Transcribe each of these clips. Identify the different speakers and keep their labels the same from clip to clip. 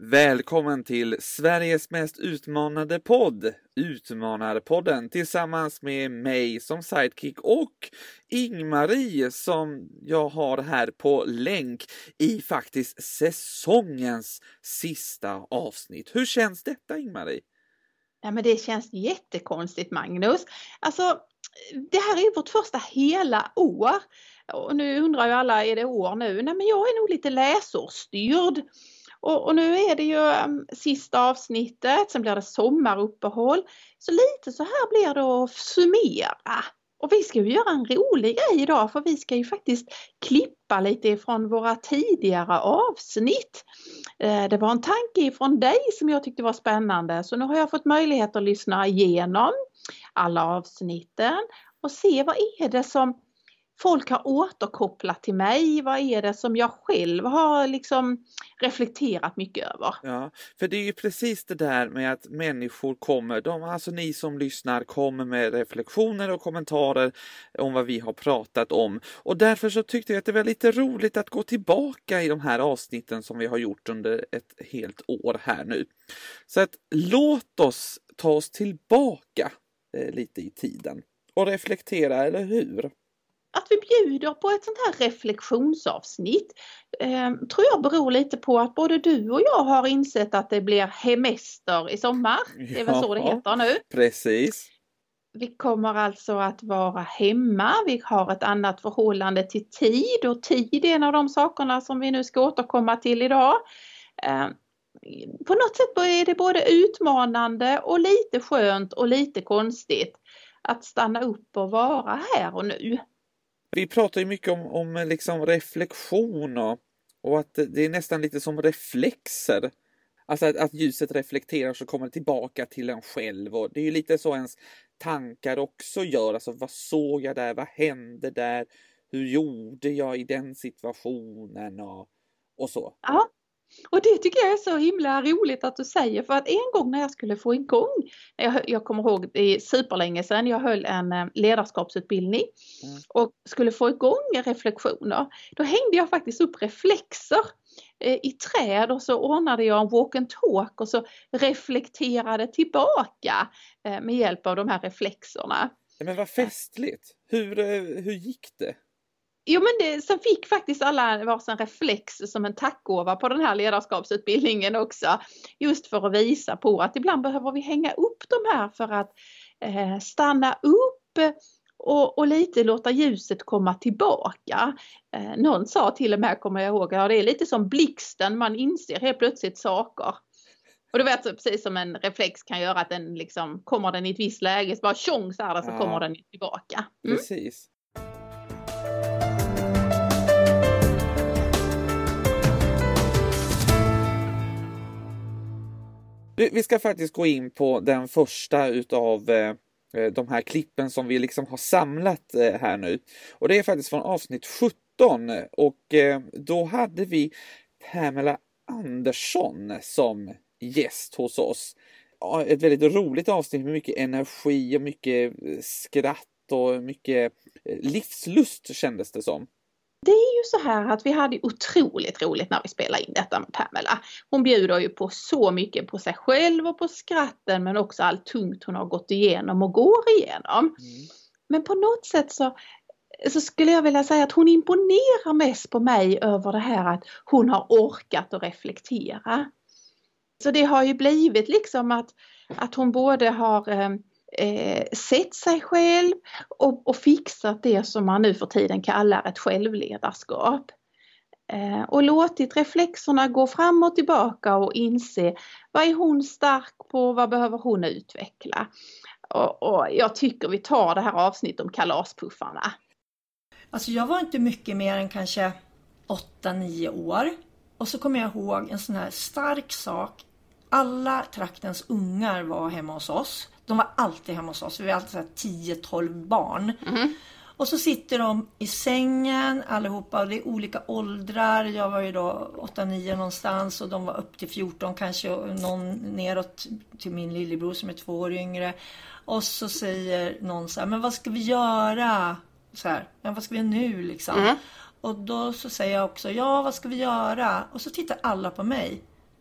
Speaker 1: Välkommen till Sveriges mest utmanande podd, Utmanarpodden, tillsammans med mig som sidekick och Ingmarie som jag har här på länk i faktiskt säsongens sista avsnitt. Hur känns detta, Ingmarie?
Speaker 2: Ja, men det känns jättekonstigt, Magnus. Alltså, det här är ju vårt första hela år. Och nu undrar ju alla, är det år nu? Nej, men jag är nog lite läsårsstyrd. Och nu är det ju sista avsnittet, sen blir det sommaruppehåll. Så lite så här blir det att summera. Och vi ska ju göra en rolig grej idag, för vi ska ju faktiskt klippa lite ifrån våra tidigare avsnitt. Det var en tanke ifrån dig som jag tyckte var spännande, så nu har jag fått möjlighet att lyssna igenom alla avsnitten och se vad är det som folk har återkopplat till mig, vad är det som jag själv har liksom reflekterat mycket över.
Speaker 1: Ja, för det är ju precis det där med att människor kommer, alltså ni som lyssnar kommer med reflektioner och kommentarer om vad vi har pratat om. Och därför så tyckte jag att det var lite roligt att gå tillbaka i de här avsnitten som vi har gjort under ett helt år här nu. Så att låt oss ta oss tillbaka lite i tiden och reflektera, eller hur?
Speaker 2: Att vi bjuder på ett sånt här reflektionsavsnitt tror jag beror lite på att både du och jag har insett att det blir hemester i sommar. Det är väl så det heter nu.
Speaker 1: Precis.
Speaker 2: Vi kommer alltså att vara hemma. Vi har ett annat förhållande till tid, och tid är en av de sakerna som vi nu ska återkomma till idag. På något sätt är det både utmanande och lite skönt och lite konstigt att stanna upp och vara här och nu.
Speaker 1: Vi pratar ju mycket om liksom reflektion och att det är nästan lite som reflexer. Alltså att ljuset reflekterar så kommer det tillbaka till en själv. Och det är ju lite så ens tankar också gör. Alltså vad såg jag där? Vad hände där? Hur gjorde jag i den situationen? Och så.
Speaker 2: Ja. Och det tycker jag är så himla roligt att du säger, för att en gång när jag skulle få igång, jag kommer ihåg det är superlänge sedan, jag höll en ledarskapsutbildning och skulle få igång reflektioner, då hängde jag faktiskt upp reflexer i träd och så ordnade jag en walk and talk och så reflekterade tillbaka med hjälp av de här reflexerna.
Speaker 1: Men vad festligt! Hur gick det?
Speaker 2: Jo, men sen fick faktiskt alla varsin reflex som en tackgåva på den här ledarskapsutbildningen också. Just för att visa på att ibland behöver vi hänga upp de här för att stanna upp och lite låta ljuset komma tillbaka. Någon sa till och med, kommer jag ihåg, ja, det är lite som blixten, man inser helt plötsligt saker. Och du vet, precis som en reflex kan göra att den liksom, kommer den i ett visst läge, så bara tjong så här, så kommer den tillbaka.
Speaker 1: Precis. Vi ska faktiskt gå in på den första utav de här klippen som vi liksom har samlat här nu. Och det är faktiskt från avsnitt 17. Och då hade vi Pamela Andersson som gäst hos oss. Ett väldigt roligt avsnitt med mycket energi och mycket skratt och mycket livslust kändes det som.
Speaker 2: Det är ju så här att vi hade otroligt roligt när vi spelade in detta med Pamela. Hon bjuder ju på så mycket på sig själv och på skratten, men också allt tungt hon har gått igenom och går igenom. Men på något sätt så skulle jag vilja säga att hon imponerar mest på mig över det här att hon har orkat att reflektera. Så det har ju blivit liksom att hon både har sett sig själv och fixat det som man nu för tiden kallar ett självledarskap. Och låtit reflexerna gå fram och tillbaka och inse vad är hon stark på, vad behöver hon utveckla. Och jag tycker vi tar det här avsnittet om kalaspuffarna.
Speaker 3: Alltså jag var inte mycket mer än kanske 8-9 år. Och så kommer jag ihåg en sån här stark sak. Alla traktens ungar var hemma hos oss. De var alltid hemma hos oss. Vi var alltid 10-12 barn. Och så sitter de i sängen allihopa. Och det är olika åldrar. Jag var ju då 8-9 någonstans. Och de var upp till 14 kanske. Och någon neråt till min lillebror som är 2 år yngre. Och så säger någon så här: men vad ska vi göra? Så här, ja, vad ska vi göra nu liksom? Och då så säger jag också, ja vad ska vi göra? Och så tittar alla på mig.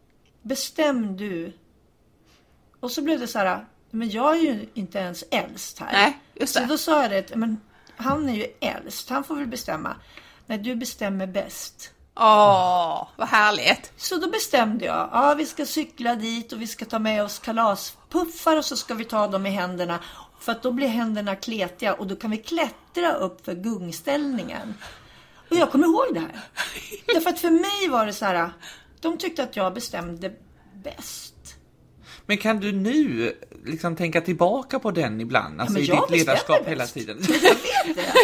Speaker 3: bestäm du. Och så blev det så här, men jag är ju inte ens äldst här.
Speaker 2: Nej, just det.
Speaker 3: Så då sa jag det, men han är ju äldst, han får väl bestämma. Nej, du bestämmer bäst.
Speaker 2: Vad härligt.
Speaker 3: Så då bestämde jag, ja vi ska cykla dit och vi ska ta med oss kalaspuffar och så ska vi ta dem i händerna. För att då blir händerna kletiga och då kan vi klättra upp för gungställningen. Och jag kommer ihåg det här. Därför att för mig var det så här, de tyckte att jag bestämde bäst.
Speaker 1: Men kan du nu liksom tänka tillbaka på den ibland? Alltså i ditt ledarskap hela tiden.
Speaker 3: Jag vet det.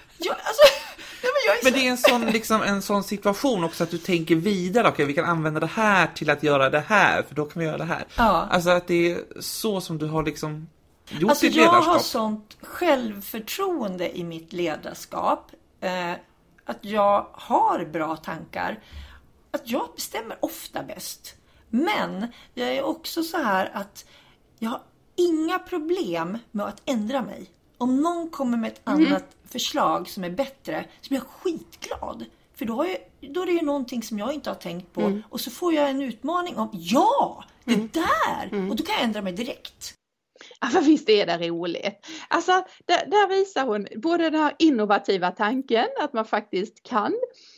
Speaker 1: Men det är en sån situation också att du tänker vidare. Okej, vi kan använda det här till att göra det här. För då kan vi göra det här.
Speaker 3: Ja.
Speaker 1: Alltså att det är så som du har liksom gjort
Speaker 3: alltså,
Speaker 1: ditt ledarskap.
Speaker 3: Jag har sånt självförtroende i mitt ledarskap. Att jag har bra tankar. Att jag bestämmer ofta bäst. Men jag är också så här att jag har inga problem med att ändra mig. Om någon kommer med ett annat förslag som är bättre så blir jag skitglad. För då är det ju någonting som jag inte har tänkt på. Och så får jag en utmaning om, det där! Och då kan jag ändra mig direkt.
Speaker 2: Ja, för visst är det roligt. Alltså, där visar hon både den här innovativa tanken att man faktiskt kan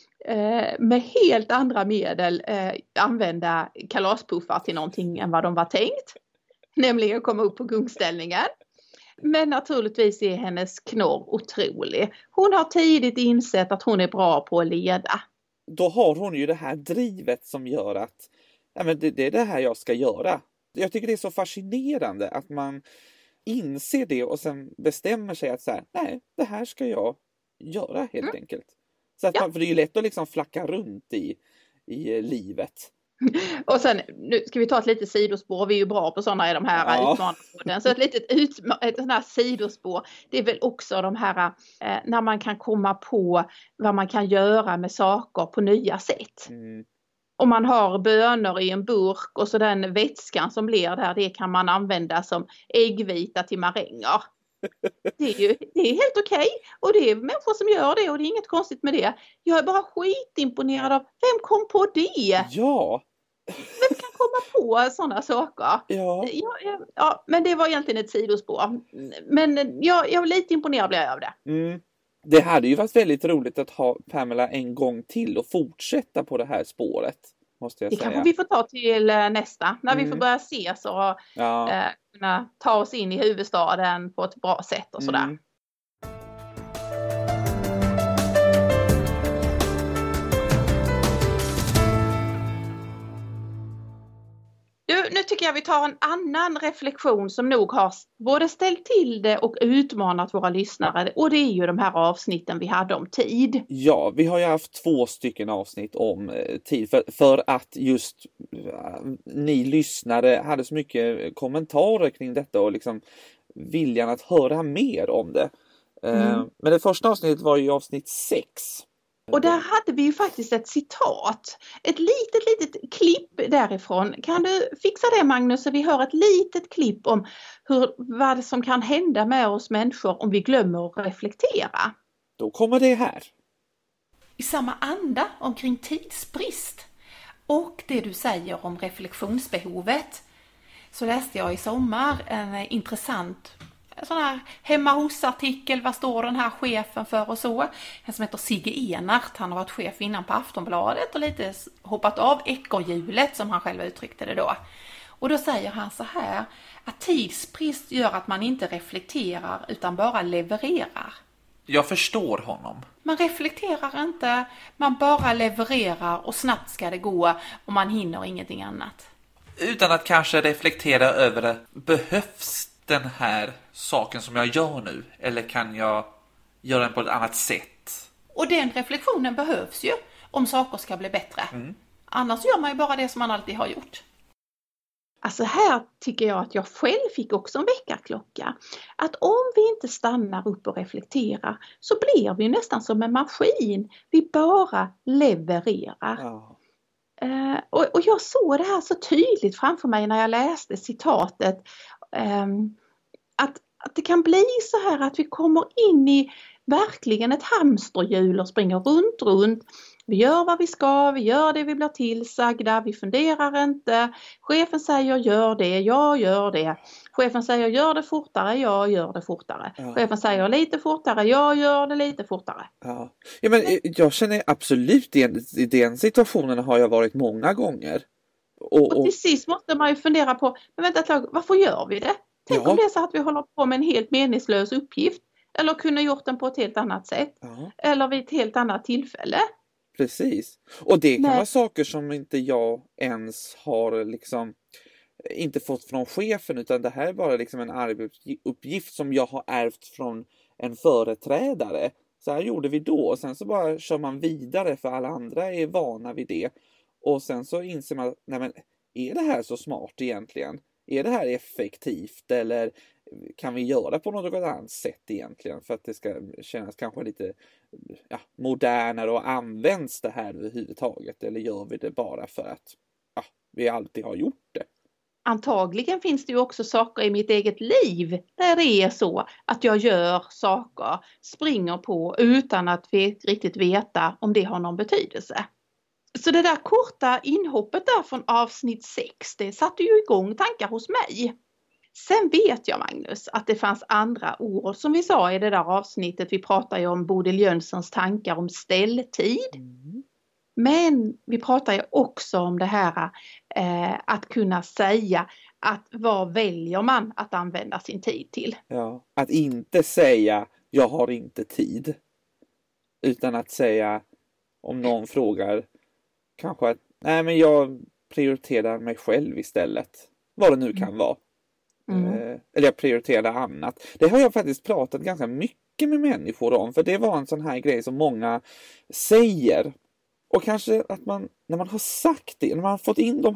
Speaker 2: med helt andra medel använda kalaspuffar till någonting än vad de var tänkt. Nämligen komma upp på gungställningen. Men naturligtvis är hennes knorr otrolig. Hon har tidigt insett att hon är bra på att leda.
Speaker 1: Då har hon ju det här drivet som gör att det är det här jag ska göra. Jag tycker det är så fascinerande att man inser det och sen bestämmer sig att så här, nej, det här ska jag göra helt enkelt. Så att för det är ju lätt att liksom flacka runt i livet.
Speaker 2: Och sen, nu ska vi ta ett litet sidospår. Vi är ju bra på sådana i de här utmaningarna. Så ett sån här sidospår, det är väl också de här när man kan komma på vad man kan göra med saker på nya sätt. Om man har bönor i en burk och så den vätskan som blir där, det kan man använda som äggvita till maränger. Det är helt okej. Och det är människor som gör det och det är inget konstigt med det. Jag är bara skitimponerad av vem kom på det?
Speaker 1: Ja.
Speaker 2: Vem kan komma på sådana saker? Ja, men det var egentligen ett sidospår. Men jag var lite imponerad blev jag av det.
Speaker 1: Det hade ju varit väldigt roligt att ha Pamela en gång till och fortsätta på det här spåret. Måste jag säga.
Speaker 2: Det kanske vi får ta till nästa. När vi får börja ses och kunna ta oss in i huvudstaden på ett bra sätt och sådär. Nu tycker jag vi tar en annan reflektion som nog har både ställt till det och utmanat våra lyssnare. Och det är ju de här avsnitten vi hade om tid.
Speaker 1: Ja, vi har ju haft 2 stycken avsnitt om tid. För att just ni lyssnare hade så mycket kommentarer kring detta och liksom viljan att höra mer om det. Men det första avsnittet var ju avsnitt 6.
Speaker 2: Och där hade vi ju faktiskt ett citat. Ett litet klipp därifrån. Kan du fixa det, Magnus, så vi hör ett litet klipp om vad som kan hända med oss människor om vi glömmer att reflektera.
Speaker 1: Då kommer det här.
Speaker 4: I samma anda omkring tidsbrist och det du säger om reflektionsbehovet så läste jag i sommar en intressant sån här hemma hos-artikel, vad står den här chefen för och så. En som heter Sigge Enart, han har varit chef innan på Aftonbladet och lite hoppat av ekorrhjulet som han själv uttryckte det då. Och då säger han så här, att tidsbrist gör att man inte reflekterar utan bara levererar.
Speaker 1: Jag förstår honom.
Speaker 4: Man reflekterar inte, man bara levererar och snabbt ska det gå och man hinner ingenting annat.
Speaker 1: Utan att kanske reflektera över det, behövs den här saken som jag gör nu? Eller kan jag göra den på ett annat sätt?
Speaker 4: Och den reflektionen behövs ju om saker ska bli bättre. Annars gör man ju bara det som man alltid har gjort.
Speaker 2: Alltså här tycker jag att jag själv fick också en väckarklocka. Att om vi inte stannar upp och reflekterar så blir vi nästan som en maskin. Vi bara levererar. Och jag såg det här så tydligt framför mig när jag läste citatet. Att det kan bli så här att vi kommer in i verkligen ett hamsterhjul och springer runt. Vi gör vad vi ska, vi gör det vi blir tillsagda, vi funderar inte. Chefen säger gör det, jag gör det. Chefen säger gör det fortare, jag gör det fortare.
Speaker 1: Ja.
Speaker 2: Chefen säger lite fortare, jag gör det lite fortare.
Speaker 1: Ja. Ja, men jag känner absolut i den situationen har jag varit många gånger.
Speaker 2: Och till sist måste man ju fundera på, men vänta ett tag, varför gör vi det? Tänk om det är så att vi håller på med en helt meningslös uppgift. Eller kunna gjort den på ett helt annat sätt.
Speaker 1: Ja.
Speaker 2: Eller vid ett helt annat tillfälle.
Speaker 1: Precis. Och det kan vara saker som inte jag ens har liksom inte fått från chefen, utan det här är bara liksom en arbetsuppgift som jag har ärvt från en företrädare. Så här gjorde vi då, och sen så bara kör man vidare för alla andra är vana vid det. Och sen så inser man, nej men är det här så smart egentligen? Är det här effektivt, eller kan vi göra på något annat sätt egentligen för att det ska kännas kanske lite modernare och används det här överhuvudtaget, eller gör vi det bara för att vi alltid har gjort det?
Speaker 2: Antagligen finns det ju också saker i mitt eget liv där det är så att jag gör saker, springer på utan att riktigt veta om det har någon betydelse. Så det där korta inhoppet där från avsnitt 6, det satte ju igång tankar hos mig. Sen vet jag, Magnus, att det fanns andra ord som vi sa i det där avsnittet. Vi pratade ju om Bodil Jönssons tankar om ställtid. Men vi pratar ju också om det här att kunna säga att vad väljer man att använda sin tid till.
Speaker 1: Ja, att inte säga jag har inte tid. Utan att säga, om någon frågar kanske att nej men jag prioriterar mig själv istället. Vad det nu kan vara. Eller jag prioriterar annat. Det har jag faktiskt pratat ganska mycket med människor om. För det var en sån här grej som många säger. Och kanske att man, när man har sagt det, när man har fått in de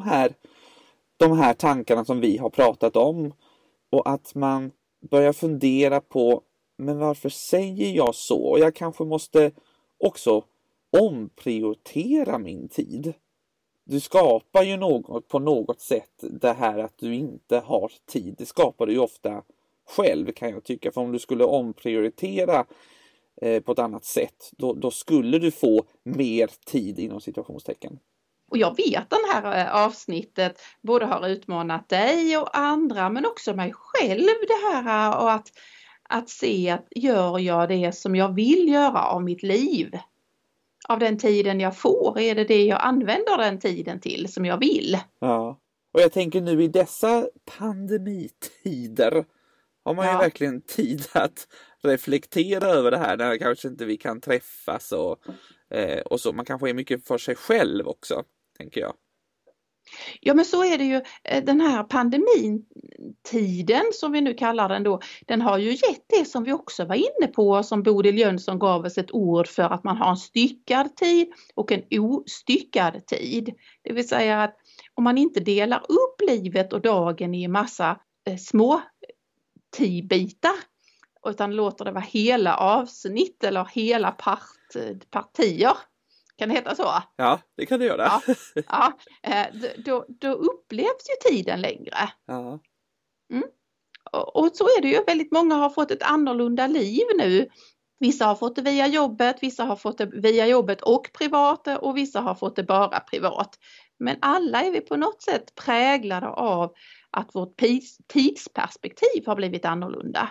Speaker 1: här tankarna som vi har pratat om, och att man börjar fundera på, men varför säger jag så? Och jag kanske måste också omprioritera min tid. Du skapar ju något på något sätt, det här att du inte har tid. Det skapar du ju ofta själv, kan jag tycka. För om du skulle omprioritera på ett annat sätt, då skulle du få mer tid inom situationstecken.
Speaker 2: Och jag vet den här avsnittet både har utmanat dig och andra, men också mig själv, det här och att se att gör jag det som jag vill göra av mitt liv? Av den tiden jag får, är det jag använder den tiden till som jag vill? Ja.
Speaker 1: Och jag tänker nu i dessa pandemitider har man ju verkligen tid att reflektera över det här, när kanske inte vi kan träffas och så. Man kanske är mycket för sig själv också, tänker jag.
Speaker 2: Ja, men så är det ju. Den här pandemitiden som vi nu kallar den då, den har ju gett det som vi också var inne på, som Bodil Jönsson gav oss ett ord för, att man har en styckad tid och en ostyckad tid. Det vill säga att om man inte delar upp livet och dagen i en massa små tidbitar, utan låter det vara hela avsnitt eller hela partier. Kan det heta så?
Speaker 1: Ja, det kan det göra.
Speaker 2: Då upplevs ju tiden längre.
Speaker 1: Ja.
Speaker 2: Och så är det ju. Väldigt många har fått ett annorlunda liv nu. Vissa har fått det via jobbet, vissa har fått det via jobbet och privat, och vissa har fått det bara privat. Men alla är vi på något sätt präglade av att vårt tidsperspektiv har blivit annorlunda.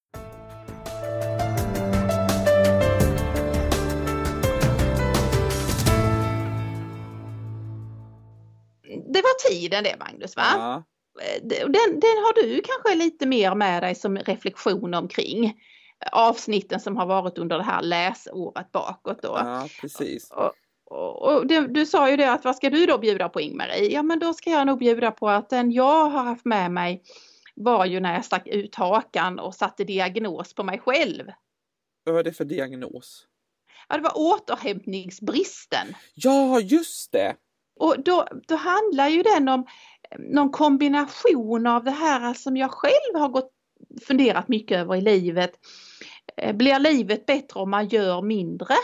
Speaker 2: Det var tiden det, Magnus, va?
Speaker 1: Ja.
Speaker 2: Den har du kanske lite mer med dig som reflektion omkring avsnitten som har varit under det här läsåret bakåt då.
Speaker 1: Ja, precis.
Speaker 2: Och du sa ju det, att vad ska du då bjuda på, Ingmarie? Ja, men då ska jag nog bjuda på att den jag har haft med mig var ju när jag stack ut hakan och satte diagnos på mig själv.
Speaker 1: Vad var det för diagnos?
Speaker 2: Ja, det var återhämtningsbristen.
Speaker 1: Ja, just det.
Speaker 2: Och då handlar ju den om någon kombination av det här som jag själv har funderat mycket över i livet. Blir livet bättre om man gör mindre?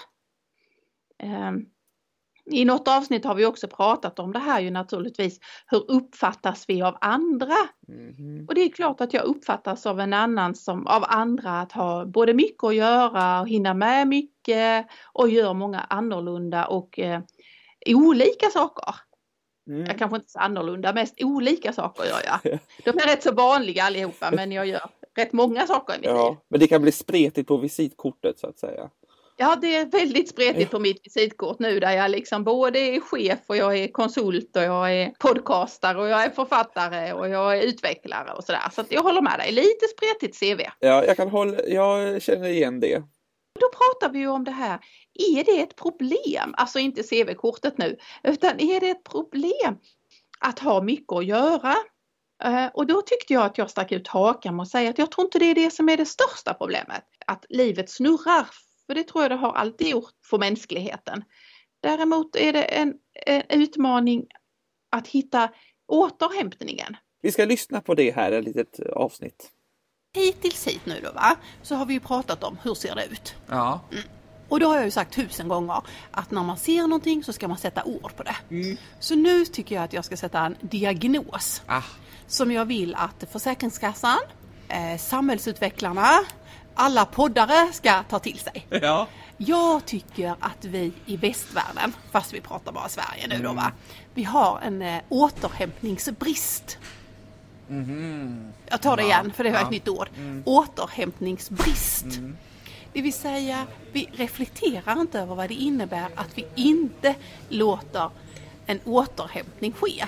Speaker 2: I något avsnitt har vi också pratat om det här ju naturligtvis. Hur uppfattas vi av andra? Och det är klart att jag uppfattas av av andra att ha både mycket att göra och hinna med mycket mycket och gör många annorlunda och olika saker. Jag kanske inte så annorlunda, mest olika saker gör jag. De är rätt så vanliga allihopa, men jag gör rätt många saker i mitt liv.
Speaker 1: Men det kan bli spretigt på visitkortet så att säga.
Speaker 2: Ja, det är väldigt spretigt på mitt visitkort nu där jag liksom både är chef och jag är konsult och jag är podcastare och jag är författare och jag är utvecklare och sådär. Så att jag håller med dig, lite spretigt CV.
Speaker 1: Ja, jag känner igen det.
Speaker 2: Då pratar vi ju om det här, är det ett problem, alltså inte CV-kortet nu, utan är det ett problem att ha mycket att göra? Och då tyckte jag att jag stack ut hakan och säga att jag tror inte det är det som är det största problemet. Att livet snurrar, för det tror jag det har alltid gjort för mänskligheten. Däremot är det en utmaning att hitta återhämtningen.
Speaker 1: Vi ska lyssna på det här, ett litet avsnitt.
Speaker 4: Hittills hit nu då va, så har vi ju pratat om hur ser det ut.
Speaker 1: Ja.
Speaker 4: Och då har jag ju sagt 1000 gånger att när man ser någonting så ska man sätta ord på det. Så nu tycker jag att jag ska sätta en diagnos. Som jag vill att Försäkringskassan, samhällsutvecklarna, alla poddare ska ta till sig.
Speaker 1: Ja.
Speaker 4: Jag tycker att vi i västvärlden, fast vi pratar bara Sverige nu då va, vi har en återhämtningsbrist. Jag tar det igen för det var ett nytt ord. Återhämtningsbrist. Det vill säga, vi reflekterar inte över vad det innebär att vi inte låter en återhämtning ske.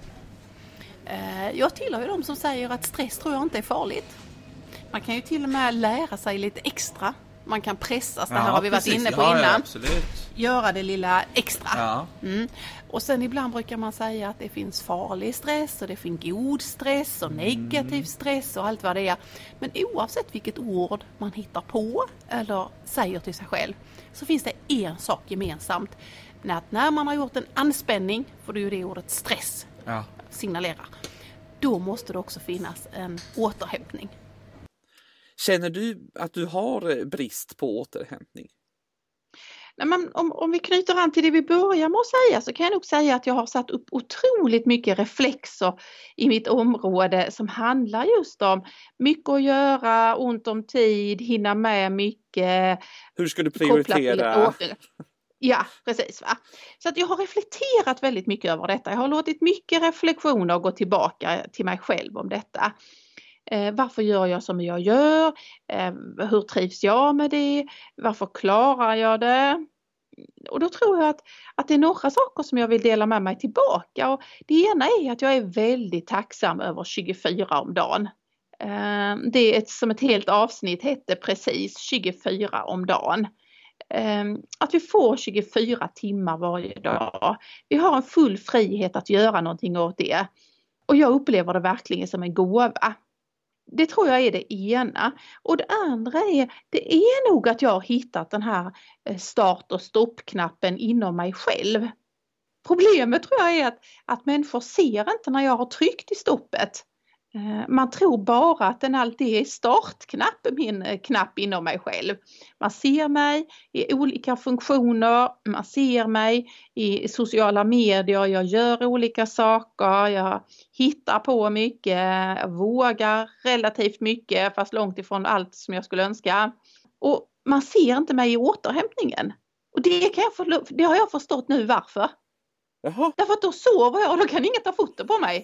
Speaker 4: Jag tillhör ju de som säger att stress tror jag inte är farligt. Man kan ju till och med lära sig lite extra. Man kan pressas, det här har vi varit inne på innan.
Speaker 1: Absolut.
Speaker 4: Göra det lilla extra. Och sen ibland brukar man säga att det finns farlig stress och det finns god stress och negativ stress och allt vad det är. Men oavsett vilket ord man hittar på eller säger till sig själv så finns det en sak gemensamt. När man har gjort en anspänning, för det är ju det ordet stress signalerar, då måste det också finnas en återhämtning.
Speaker 1: Känner du att du har brist på återhämtning?
Speaker 2: Nej, men om vi knyter an till det vi börjar med att säga så kan jag nog säga att jag har satt upp otroligt mycket reflexer i mitt område som handlar just om mycket att göra, ont om tid, hinna med mycket.
Speaker 1: Hur ska du prioritera?
Speaker 2: Ja, precis va. Så att jag har reflekterat väldigt mycket över detta. Jag har låtit mycket reflektioner gå tillbaka till mig själv om detta. Varför gör jag som jag gör? Hur trivs jag med det? Varför klarar jag det? Och då tror jag att det är några saker som jag vill dela med mig tillbaka. Och det ena är att jag är väldigt tacksam över 24 om dagen. Det är som ett helt avsnitt hette precis 24 om dagen. Att vi får 24 timmar varje dag. Vi har en full frihet att göra någonting åt det. Och jag upplever det verkligen som en gåva. Det tror jag är det ena. Och det andra är, det är nog att jag har hittat den här start- och stoppknappen inom mig själv. Problemet tror jag är att människor ser inte när jag har tryckt i stoppet. Man tror bara att den alltid är startknapp, min knapp inom mig själv. Man ser mig i olika funktioner, man ser mig i sociala medier, jag gör olika saker, jag hittar på mycket, jag vågar relativt mycket fast långt ifrån allt som jag skulle önska. Och man ser inte mig i återhämtningen. Och det har jag förstått nu varför.
Speaker 1: Jaha.
Speaker 2: Därför att då sover jag och då kan inget ta foto på mig.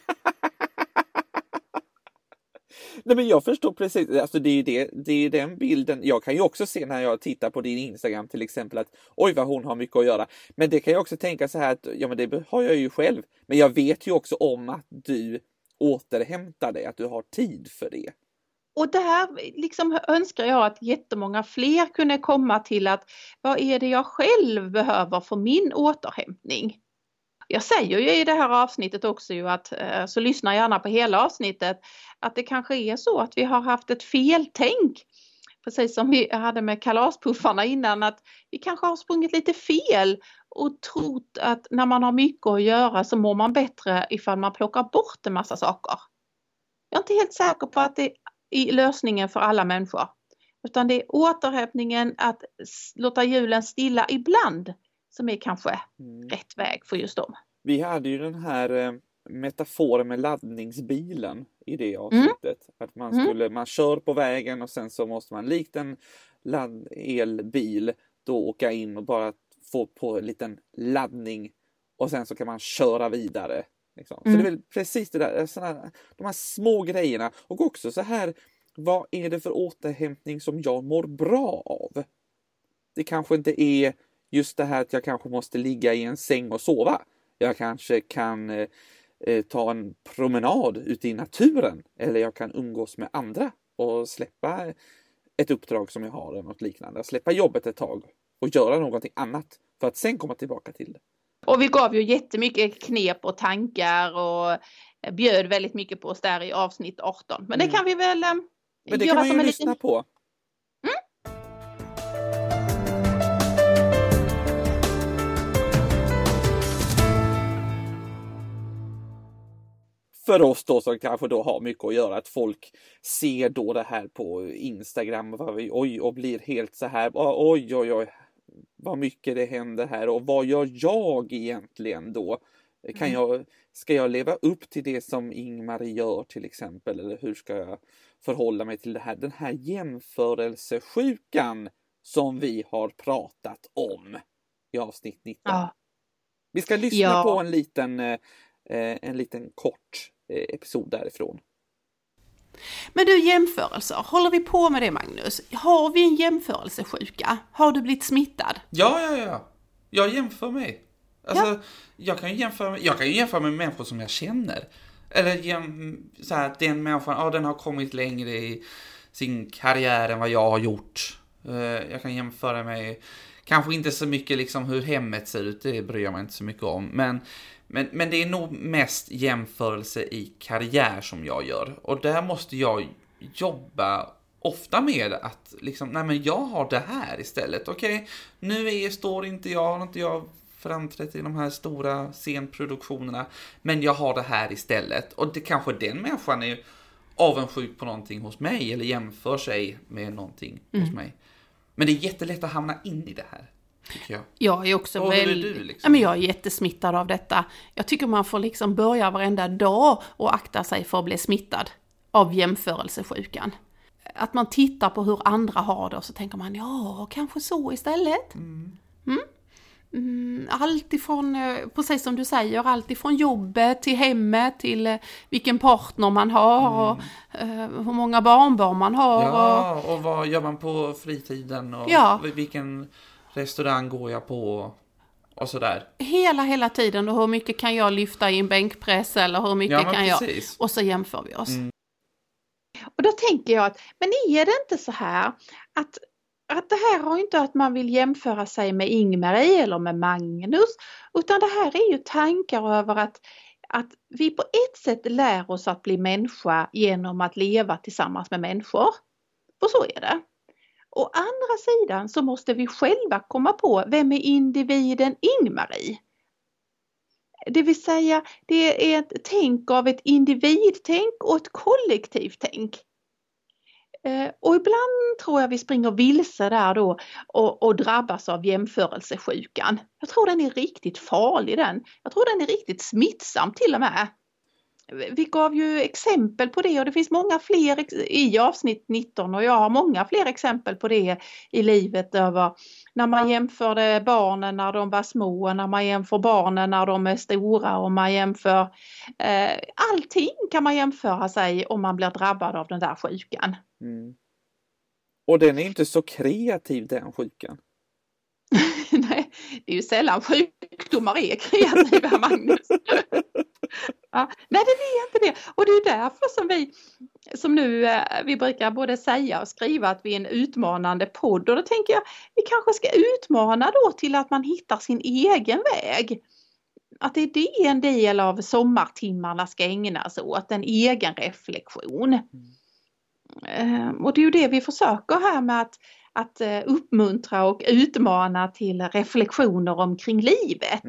Speaker 1: Nej, men jag förstår precis, alltså det är den bilden, jag kan ju också se när jag tittar på din Instagram till exempel att oj vad hon har mycket att göra, men det kan jag också tänka så här att ja men det har jag ju själv, men jag vet ju också om att du återhämtar dig, att du har tid för det.
Speaker 2: Och där liksom önskar jag att jättemånga fler kunde komma till att vad är det jag själv behöver för min återhämtning? Jag säger ju i det här avsnittet också ju att, så lyssna gärna på hela avsnittet, att det kanske är så att vi har haft ett feltänk. Precis som vi hade med kalaspuffarna innan, att vi kanske har sprungit lite fel och trott att när man har mycket att göra så mår man bättre ifall man plockar bort en massa saker. Jag är inte helt säker på att det är lösningen för alla människor. Utan det är återhämtningen, att låta hjulen stilla ibland, som är kanske rätt väg för just dem.
Speaker 1: Vi hade ju den här metafor med laddningsbilen i det avsnittet. Att man kör på vägen och sen så måste man likt en elbil då åka in och bara få på en liten laddning och sen så kan man köra vidare. Liksom. Så det är väl precis det där, de här små grejerna. Och också så här, vad är det för återhämtning som jag mår bra av? Det kanske inte är just det här att jag kanske måste ligga i en säng och sova. Jag kanske kan ta en promenad ute i naturen. Eller jag kan umgås med andra och släppa ett uppdrag som jag har eller något liknande. Släppa jobbet ett tag och göra någonting annat för att sen komma tillbaka till det.
Speaker 2: Och vi gav ju jättemycket knep och tankar och bjöd väldigt mycket på oss där i avsnitt 18. Men det kan vi väl
Speaker 1: Men det
Speaker 2: göra
Speaker 1: kan man
Speaker 2: som
Speaker 1: ju
Speaker 2: en
Speaker 1: lyssna
Speaker 2: liten...
Speaker 1: på. För oss då som kanske då har mycket att göra, att folk ser då det här på Instagram och blir helt så här, oj, vad mycket det händer här och vad gör jag egentligen då? Ska jag leva upp till det som Ingmarie gör till exempel, eller hur ska jag förhålla mig till det här? Den här jämförelsesjukan som vi har pratat om i avsnitt 19.
Speaker 2: Ja.
Speaker 1: Vi ska lyssna på en liten kort episod därifrån.
Speaker 4: Men du, jämförelser, håller vi på med det, Magnus? Har vi en jämförelsesjuka? Har du blivit smittad?
Speaker 5: Ja. Jag jämför mig. Alltså, jag kan ju jämföra med människor som jag känner. Eller så här, den människan, den har kommit längre i sin karriär än vad jag har gjort. Jag kan jämföra mig, kanske inte så mycket liksom hur hemmet ser ut, det bryr jag mig inte så mycket om. Men det är nog mest jämförelse i karriär som jag gör. Och där måste jag jobba ofta med att liksom, nej men jag har det här istället. Okej, nu har inte jag framträtt i de här stora scenproduktionerna. Men jag har det här istället. Och det kanske den människan är avundsjuk på någonting hos mig. Eller jämför sig med någonting hos mig. Men det är jättelätt att hamna in i det här.
Speaker 4: Jag är också
Speaker 5: liksom?
Speaker 4: Jag är jättesmittad av detta. Jag tycker man får liksom börja varenda dag och akta sig för att bli smittad av jämförelsesjukan. Att man tittar på hur andra har det och så tänker man, kanske så istället. Allt ifrån, precis som du säger, allt ifrån jobbet till hemmet till vilken partner man har och hur många barnbarn man har.
Speaker 5: Ja, och vad gör man på fritiden och vilken restaurang går jag på och sådär.
Speaker 4: Hela tiden, och hur mycket kan jag lyfta i en bänkpress eller hur mycket kan
Speaker 5: precis.
Speaker 4: jag, och så jämför vi oss.
Speaker 2: Och då tänker jag att, men är det inte så här att det här har inte att man vill jämföra sig med Ingmarie eller med Magnus, utan det här är ju tankar över att vi på ett sätt lär oss att bli människa genom att leva tillsammans med människor. Och så är det. Å andra sidan så måste vi själva komma på, vem är individen Ingmarie? Det vill säga, det är ett tänk av ett individtänk och ett kollektivtänk. Och ibland tror jag vi springer vilse där då och drabbas av jämförelsesjukan. Jag tror den är riktigt farlig den. Jag tror den är riktigt smittsam till och med. Vi gav ju exempel på det och det finns många fler i avsnitt 19 och jag har många fler exempel på det i livet över när man jämförde barnen när de var små och när man jämför barnen när de är stora och man jämför allting kan man jämföra sig om man blir drabbad av den där sjukan.
Speaker 1: Och den är inte så kreativ den sjukan.
Speaker 2: Nej, det är ju sällan sjukdomar är kreativa, Magnus. Nej, det är inte det. Och det är därför som vi brukar både säga och skriva att vi är en utmanande podd. Och då tänker jag, vi kanske ska utmana då till att man hittar sin egen väg. Att det är en del av sommartimmarna ska ägnas åt, en egen reflektion. Och det är ju det vi försöker här med att uppmuntra och utmana till reflektioner omkring livet.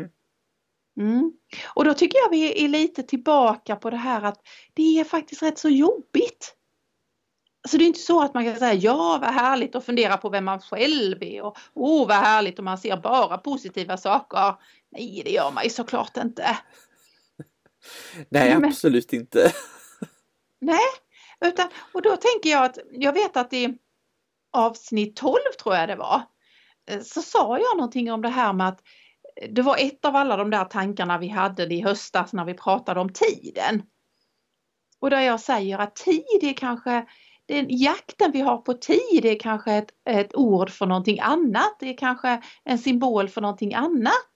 Speaker 2: Och då tycker jag vi är lite tillbaka på det här att det är faktiskt rätt så jobbigt. Alltså det är inte så att man kan säga ja vad härligt att fundera på vem man själv är och vad härligt om man ser bara positiva saker. Nej, det gör man ju såklart inte.
Speaker 1: Nej, absolut inte.
Speaker 2: Nej, och då tänker jag att jag vet att i avsnitt 12 tror jag det var, så sa jag någonting om det här med att det var ett av alla de där tankarna vi hade i höstas när vi pratade om tiden. Och där jag säger att tid är kanske, den jakten vi har på tid är kanske ett ord för någonting annat. Det är kanske en symbol för någonting annat.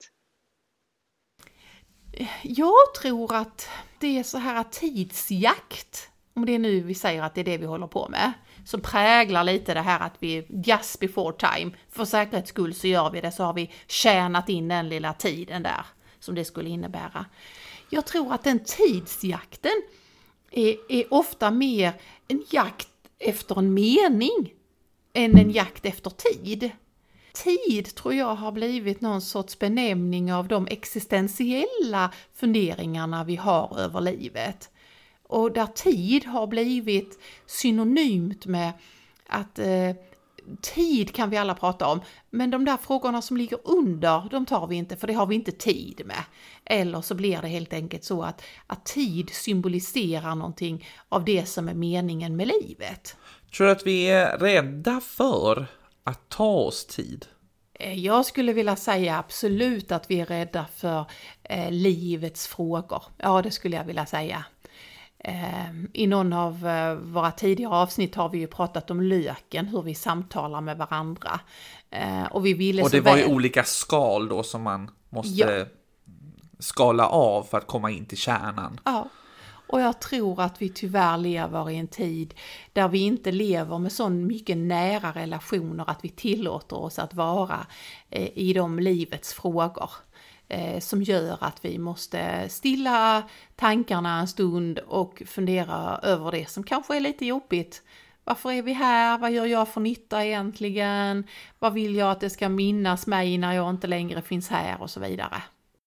Speaker 4: Jag tror att det är så här att tidsjakt, om det är nu vi säger att det är det vi håller på med, som präglar lite det här att vi just before time, för säkerhets skull så gör vi det, så har vi tjänat in den lilla tiden där som det skulle innebära. Jag tror att den tidsjakten är ofta mer en jakt efter en mening än en jakt efter tid. Tid tror jag har blivit någon sorts benämning av de existentiella funderingarna vi har över livet. Och där tid har blivit synonymt med att tid kan vi alla prata om, men de där frågorna som ligger under, de tar vi inte, för det har vi inte tid med. Eller så blir det helt enkelt så att tid symboliserar någonting av det som är meningen med livet.
Speaker 5: Tror du att vi är rädda för att ta oss tid?
Speaker 4: Jag skulle vilja säga absolut att vi är rädda för livets frågor. Ja, det skulle jag vilja säga. I någon av våra tidigare avsnitt har vi ju pratat om löken, hur vi samtalar med varandra. Och det
Speaker 5: var ju olika skal då som man måste skala av för att komma in till kärnan.
Speaker 4: Ja, och jag tror att vi tyvärr lever i en tid där vi inte lever med så mycket nära relationer att vi tillåter oss att vara i de livets frågor. Som gör att vi måste stilla tankarna en stund och fundera över det som kanske är lite jobbigt. Varför är vi här? Vad gör jag för nytta egentligen? Vad vill jag att det ska minnas mig när jag inte längre finns här och så vidare.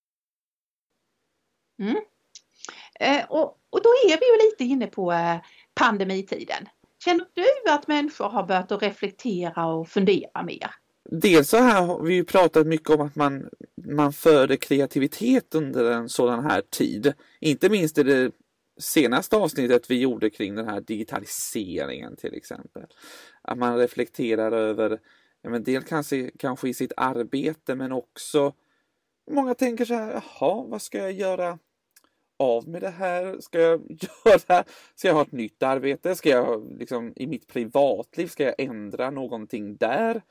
Speaker 2: Och då är vi ju lite inne på pandemitiden. Känner du att människor har börjat att reflektera och fundera mer?
Speaker 1: Dels så här har vi ju pratat mycket om att man föder kreativitet under en sådan här tid. Inte minst i det senaste avsnittet vi gjorde kring den här digitaliseringen till exempel. Att man reflekterar över, del kanske i sitt arbete, men också många tänker så här, jaha, vad ska jag göra av med det här? Ska jag ha ett nytt arbete? Ska jag i mitt privatliv, ska jag ändra någonting där?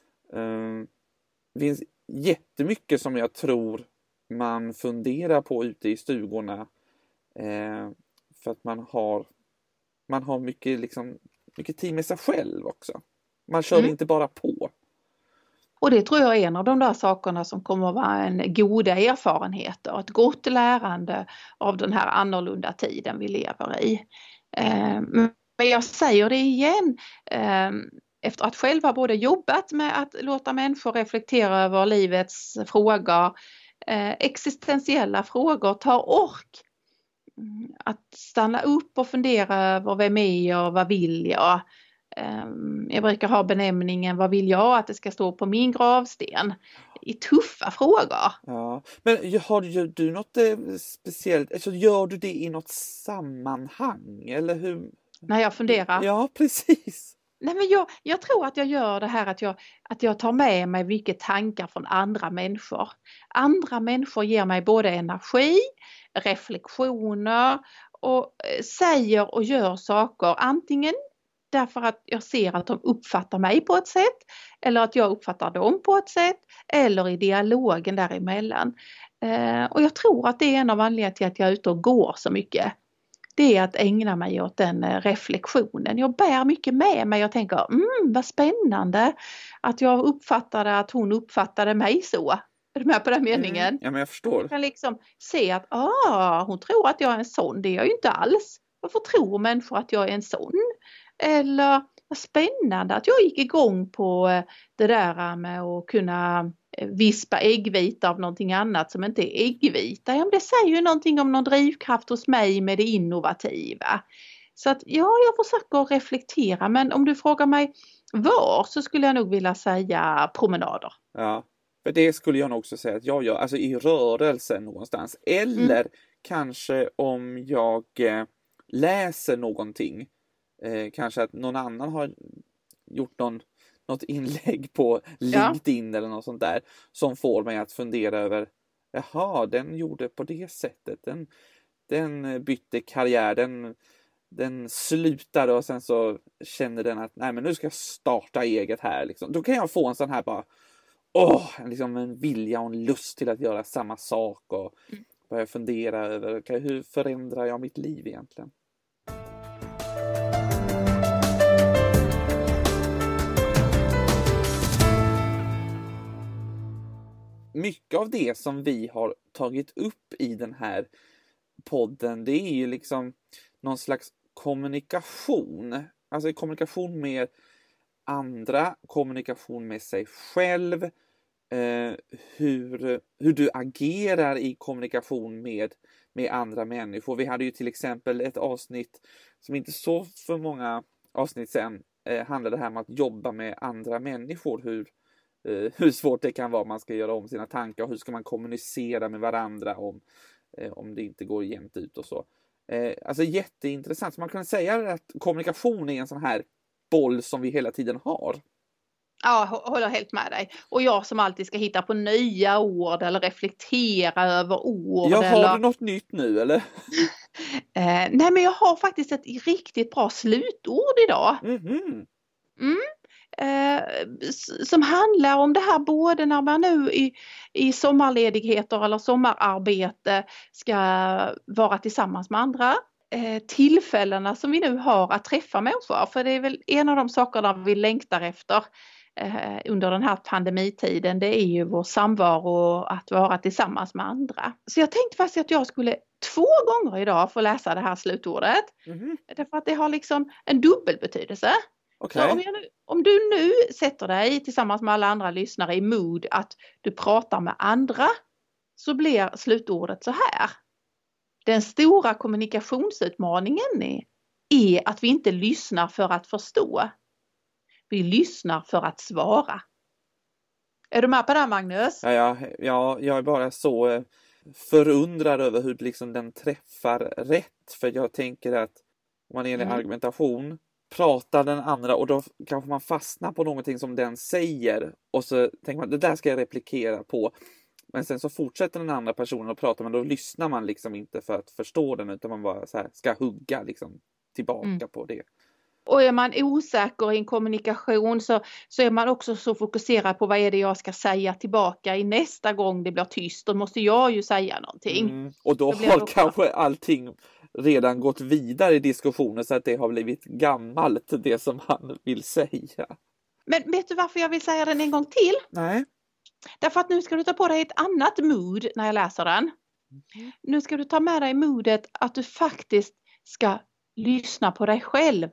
Speaker 1: Det finns jättemycket som jag tror man funderar på ute i stugorna, för att man har mycket tid med sig själv också. Man kör inte bara på.
Speaker 2: Och det tror jag är en av de där sakerna som kommer att vara en goda erfarenheter, ett gott lärande av den här annorlunda tiden vi lever i. Men jag säger det igen, efter att själv ha både jobbat med att låta människor reflektera över livets frågor, existentiella frågor, ta ork. Att stanna upp och fundera över vem är jag och vad vill jag. Jag brukar ha benämningen, vad vill jag att det ska stå på min gravsten? I tuffa frågor.
Speaker 1: Ja, men har du något speciellt, alltså gör du det i något sammanhang eller hur?
Speaker 2: När jag funderar?
Speaker 1: Ja, precis.
Speaker 2: Nej, men jag tror att jag gör det här att jag tar med mig mycket tankar från andra människor. Andra människor ger mig både energi, reflektioner och säger och gör saker. Antingen därför att jag ser att de uppfattar mig på ett sätt, eller att jag uppfattar dem på ett sätt, eller i dialogen däremellan. Och jag tror att det är en av anledningarna till att jag är ute och går så mycket. Det är att ägna mig åt den reflektionen. Jag bär mycket med mig och tänker, vad spännande att jag uppfattade att hon uppfattade mig så. Är du med på den meningen?
Speaker 1: Ja, men jag förstår.
Speaker 2: Jag kan se att hon tror att jag är en sån, det är jag ju inte alls. Varför tror människor att jag är en sån? Eller vad spännande att jag gick igång på det där med att kunna vispa äggvita av någonting annat som inte är äggvita. Ja, men det säger ju någonting om någon drivkraft hos mig med det innovativa. Så att jag försöker reflektera, men om du frågar mig var, så skulle jag nog vilja säga promenader.
Speaker 1: Ja, för det skulle jag nog också säga att jag gör, alltså i rörelsen någonstans. Eller kanske om jag läser någonting. Kanske att någon annan har gjort något inlägg på LinkedIn eller något sånt där. Som får mig att fundera över, jaha, den gjorde på det sättet. Den bytte karriär, den slutade och sen så känner den att nej, men nu ska jag starta eget här. Liksom. Då kan jag få en sån här bara, liksom en vilja och en lust till att göra samma sak och börja fundera över hur förändrar jag mitt liv egentligen. Mycket av det som vi har tagit upp i den här podden, det är ju liksom någon slags kommunikation. Alltså kommunikation med andra, kommunikation med sig själv, hur du agerar i kommunikation med andra människor. Vi hade ju till exempel ett avsnitt som inte så för många avsnitt sedan handlade här om att jobba med andra människor, hur svårt det kan vara, man ska göra om sina tankar och hur ska man kommunicera med varandra om det inte går jämnt ut och så. Alltså jätteintressant. Så man kan säga att kommunikation är en sån här boll som vi hela tiden har.
Speaker 2: Ja, håller helt med dig. Och jag som alltid ska hitta på nya ord eller reflektera över ord.
Speaker 1: Ja, har du något nytt nu eller?
Speaker 2: Nej, men jag har faktiskt ett riktigt bra slutord idag. Som handlar om det här både när man nu i sommarledigheter eller sommararbete ska vara tillsammans med andra. Tillfällena som vi nu har att träffa människor, för det är väl en av de sakerna vi längtar efter under den här pandemitiden, det är ju vår samvaro, att vara tillsammans med andra. Så jag tänkte faktiskt att jag skulle 2 gånger idag få läsa det här slutordet. Därför att det har liksom en dubbelbetydelse.
Speaker 1: Okay.
Speaker 2: Så om du nu sätter dig tillsammans med alla andra lyssnare i mood att du pratar med andra, så blir slutordet så här. Den stora kommunikationsutmaningen är att vi inte lyssnar för att förstå. Vi lyssnar för att svara. Är du med på det, Magnus?
Speaker 1: Ja, jag är bara så förundrad över hur liksom den träffar rätt. För jag tänker att om man är i argumentation, pratar den andra och då kanske man fastnar på någonting som den säger. Och så tänker man, det där ska jag replikera på. Men sen så fortsätter den andra personen att prata, men då lyssnar man liksom inte för att förstå den, utan man bara så här ska hugga liksom tillbaka på det.
Speaker 2: Och är man osäker i en kommunikation så är man också så fokuserad på vad är det jag ska säga tillbaka i nästa gång det blir tyst. Då måste jag ju säga någonting.
Speaker 1: Och då har kanske allting redan gått vidare i diskussionen så att det har blivit gammalt, det som han vill säga. Men
Speaker 2: vet du varför jag vill säga den en gång till?
Speaker 1: Nej.
Speaker 2: Därför att nu ska du ta på dig ett annat mood när jag läser den. Nu ska du ta med dig modet att du faktiskt ska lyssna på dig själv.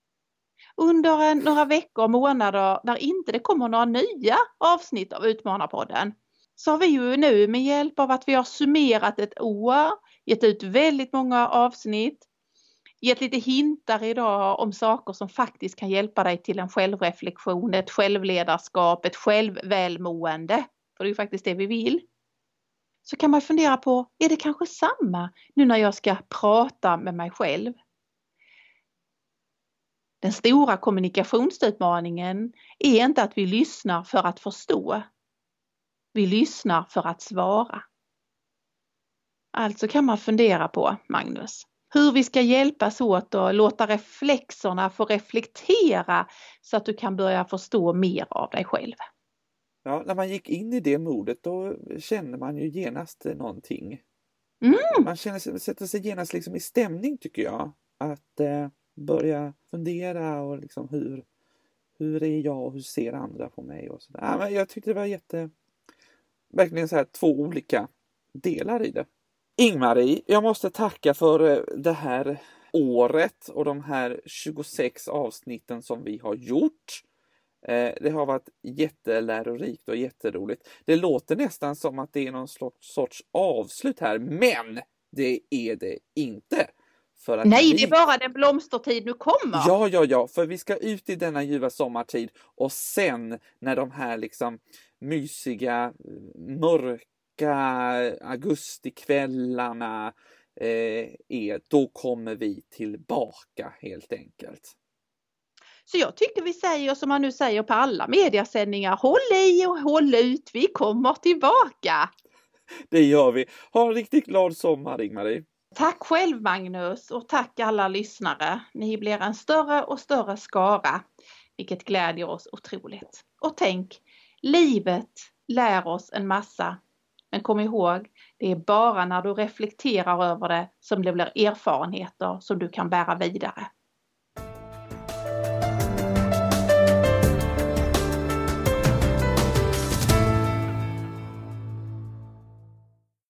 Speaker 2: Under några veckor och månader när inte det kommer några nya avsnitt av Utmanarpodden, så har vi ju nu med hjälp av att vi har summerat ett år, gett ut väldigt många avsnitt, gett lite hintar idag om saker som faktiskt kan hjälpa dig till en självreflektion, ett självledarskap, ett självvälmående. För det är ju faktiskt det vi vill. Så kan man fundera på, är det kanske samma nu när jag ska prata med mig själv? Den stora kommunikationsutmaningen är inte att vi lyssnar för att förstå. Vi lyssnar för att svara. Alltså kan man fundera på, Magnus, hur vi ska hjälpas åt att låta reflexerna få reflektera så att du kan börja förstå mer av dig själv.
Speaker 1: Ja, när man gick in i det modet då känner man ju genast någonting. Man sätter sig genast liksom i stämning, tycker jag. Att börja fundera och liksom hur är jag och hur ser andra på mig och sådär. Ja, men jag tyckte det var verkligen så här 2 olika delar i det. Ingmarie, jag måste tacka för det här året och de här 26 avsnitten som vi har gjort. Det har varit jättelärorikt och jätteroligt. Det låter nästan som att det är någon sorts avslut här, men det är det inte. För att
Speaker 2: nej, det är bara den blomstertid nu kommer.
Speaker 1: Ja, för vi ska ut i denna ljuva sommartid och sen när de här liksom mysiga, mörka augustikvällarna är, då kommer vi tillbaka helt enkelt.
Speaker 2: Så jag tycker vi säger som man nu säger på alla mediasändningar, håll i och håll ut, vi kommer tillbaka.
Speaker 1: Det gör vi. Ha en riktigt glad sommar, Ingmarie.
Speaker 2: Tack själv Magnus och tack alla lyssnare. Ni blir en större och större skara, vilket glädjer oss otroligt. Och tänk, livet lär oss en massa. Men kom ihåg, det är bara när du reflekterar över det som det blir erfarenheter som du kan bära vidare.